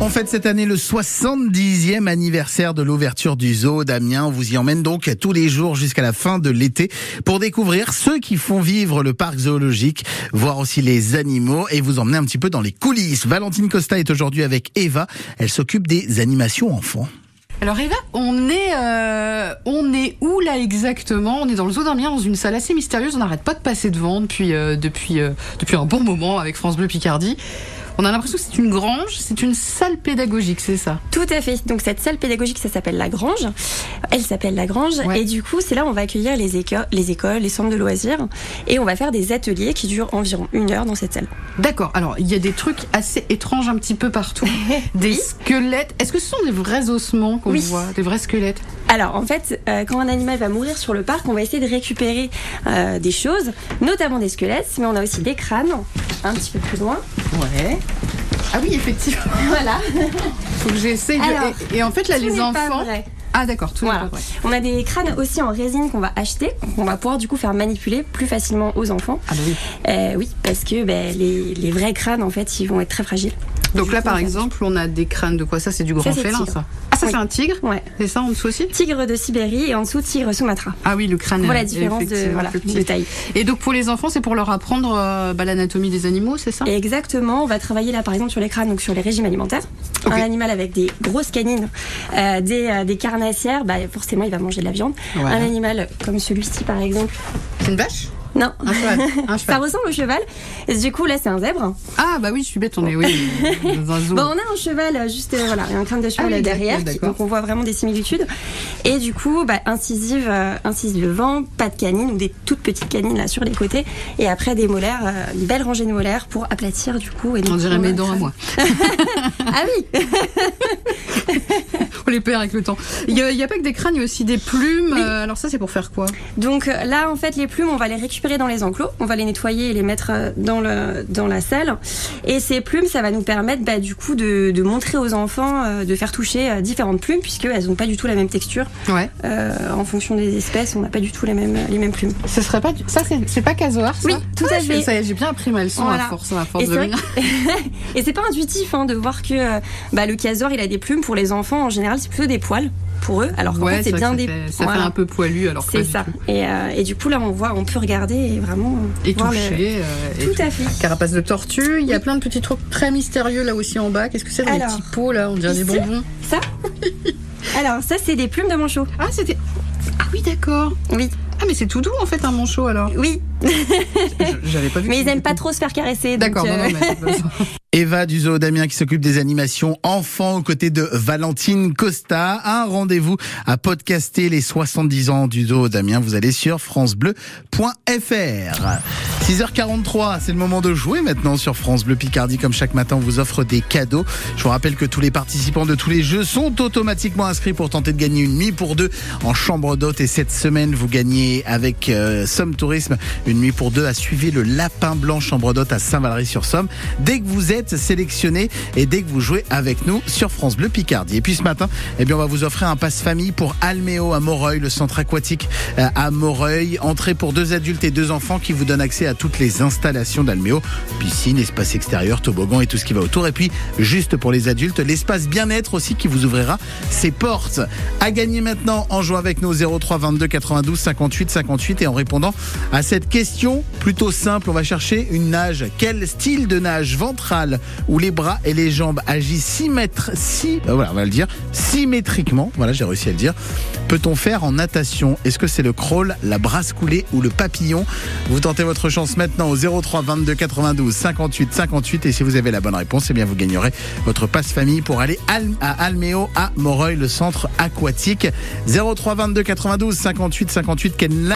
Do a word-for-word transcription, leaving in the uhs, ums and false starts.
On fête cette année le soixante-dixième anniversaire de l'ouverture du zoo d'Amiens. On vous y emmène donc tous les jours jusqu'à la fin de l'été pour découvrir ceux qui font vivre le parc zoologique, voir aussi les animaux et vous emmener un petit peu dans les coulisses. Valentine Costa est aujourd'hui avec Eva. Elle s'occupe des animations enfants. Alors Eva, on est, euh, on est où là exactement ? On est dans le zoo d'Amiens, dans une salle assez mystérieuse. On n'arrête pas de passer devant depuis, euh, depuis, euh, depuis un bon moment avec France Bleu Picardie. On a l'impression que c'est une grange, c'est une salle pédagogique, c'est ça ? Tout à fait. Donc cette salle pédagogique, ça s'appelle la grange. Elle s'appelle la grange. Ouais. Et du coup, c'est là où on va accueillir les, éco- les écoles, les centres de loisirs. Et on va faire des ateliers qui durent environ une heure dans cette salle. D'accord. Alors, il y a des trucs assez étranges un petit peu partout. Des oui. squelettes. Est-ce que ce sont des vrais ossements qu'on oui. voit ? Des vrais squelettes ? Alors, en fait, euh, quand un animal va mourir sur le parc, on va essayer de récupérer euh, des choses, notamment des squelettes, mais on a aussi des crânes, un petit peu plus loin. Ouais. Ah oui, effectivement. Voilà. Faut que j'essaye. Alors, de... et, et en fait, là, les enfants. Pas vrai. Ah d'accord, tout voilà. est pas vrai. On a des crânes aussi en résine qu'on va acheter, qu'on va pouvoir du coup faire manipuler plus facilement aux enfants. Ah bah oui. Euh, oui, parce que bah, les, les vrais crânes, en fait, ils vont être très fragiles. Donc là, par exemple, on a des crânes de quoi ? Ça, c'est du grand ça, félin, ça. Ah, ça, oui. c'est un tigre ? Ouais. C'est ça en dessous aussi ? Tigre de Sibérie et en dessous, tigre Sumatra. Ah oui, le crâne. Voilà la différence de, voilà, de taille. Et donc, pour les enfants, c'est pour leur apprendre euh, bah, l'anatomie des animaux, c'est ça ? Exactement. On va travailler là, par exemple, sur les crânes, donc sur les régimes alimentaires. Okay. Un animal avec des grosses canines, euh, des, euh, des carnassières, bah, forcément, il va manger de la viande. Ouais. Un animal comme celui-ci, par exemple. C'est une vache ? Non. Un cheval. Un cheval. Ça ressemble au cheval. Et du coup, là, c'est un zèbre. Ah, bah oui, je suis bête, on est oui, dans un zoo. Bon, on a un cheval, juste, euh, voilà, un crâne de cheval ah, oui, derrière. Qui, donc, on voit vraiment des similitudes. Et du coup, bah, incisive, euh, incisive devant, pas de canines, ou des toutes petites canines, là, sur les côtés. Et après, des molaires, euh, une belle rangée de molaires pour aplatir, du coup. Et donc, on dirait mes dents à moi. Ah oui. On les perd avec le temps. Il n'y a, a pas que des crânes, il y a aussi des plumes. Oui. Euh, alors ça, c'est pour faire quoi ? Donc là, en fait, les plumes, on va les récupérer dans les enclos. On va les nettoyer et les mettre dans, le, dans la salle. Et ces plumes, ça va nous permettre bah, du coup de, de montrer aux enfants, euh, de faire toucher euh, différentes plumes, puisqu'elles n'ont pas du tout la même texture. Ouais. Euh, en fonction des espèces, on n'a pas du tout les mêmes, les mêmes plumes. Ce serait pas, ça, c'est, c'est pas casoar, ça ? Oui, tout ah, à fait. Ça y est, j'ai bien appris ma leçon voilà. à force, à force et de venir. Et c'est pas intuitif hein, de voir que euh, bah, le casoar, il a des plumes. Pour les enfants, en général, c'est plutôt des poils pour eux, alors qu'en ouais, fait c'est bien ça des fait, ça voilà. fait un peu poilu alors c'est ça et, euh, et du coup là on voit on peut regarder et vraiment et voir toucher le... euh, tout et à fait carapace de tortue, il y a plein de petits trucs très mystérieux là aussi en bas. Qu'est-ce que c'est dans alors, les petits pots là, on dirait ici, des bonbons ça alors ça c'est des plumes de manchot. Ah c'était ah oui d'accord oui. Ah mais c'est tout doux en fait un manchot alors. Oui. J'avais pas vu. Mais ils aiment pas trop se faire caresser. D'accord. Donc, euh... non, non, mais Eva du zoo d'Amiens qui s'occupe des animations enfants aux côtés de Valentine Costa. Un rendez-vous à podcaster les soixante-dix ans du zoo d'Amiens. Vous allez sur francebleu point f r. six heures quarante-trois, c'est le moment de jouer maintenant sur France Bleu Picardie. Comme chaque matin, on vous offre des cadeaux. Je vous rappelle que tous les participants de tous les jeux sont automatiquement inscrits pour tenter de gagner une nuit pour deux en chambre d'hôte. Et cette semaine, vous gagnez avec euh, Somme Tourisme une nuit pour deux à suivre le Lapin Blanc chambre d'hôte à Saint-Valery-sur-Somme. Dès que vous êtes sélectionné et dès que vous jouez avec nous sur France Bleu Picardie. Et puis ce matin, eh bien, on va vous offrir un passe-famille pour Alméo à Moreuil, le centre aquatique à Moreuil. Entrée pour deux adultes et deux enfants qui vous donne accès à toutes les installations d'Alméo. Piscine, espace extérieur, toboggan et tout ce qui va autour. Et puis, juste pour les adultes, l'espace bien-être aussi qui vous ouvrira ses portes. À gagner maintenant en jouant avec nous au zéro trois vingt-deux quatre-vingt-douze cinquante-huit cinquante-huit et en répondant à cette question plutôt simple. On va chercher une nage. Quel style de nage ventrale où les bras et les jambes agissent six mètres, six, ben voilà, on va le dire, symétriquement, voilà, j'ai réussi à le dire, peut-on faire en natation ? Est-ce que c'est le crawl, la brasse coulée ou le papillon ? Vous tentez votre chance maintenant au zéro trois vingt-deux quatre-vingt-douze cinquante-huit cinquante-huit et si vous avez la bonne réponse, eh bien vous gagnerez votre passe-famille pour aller à Alméo à Moreuil, le centre aquatique. zéro trois vingt-deux quatre-vingt-douze cinquante-huit cinquante-huit. Quel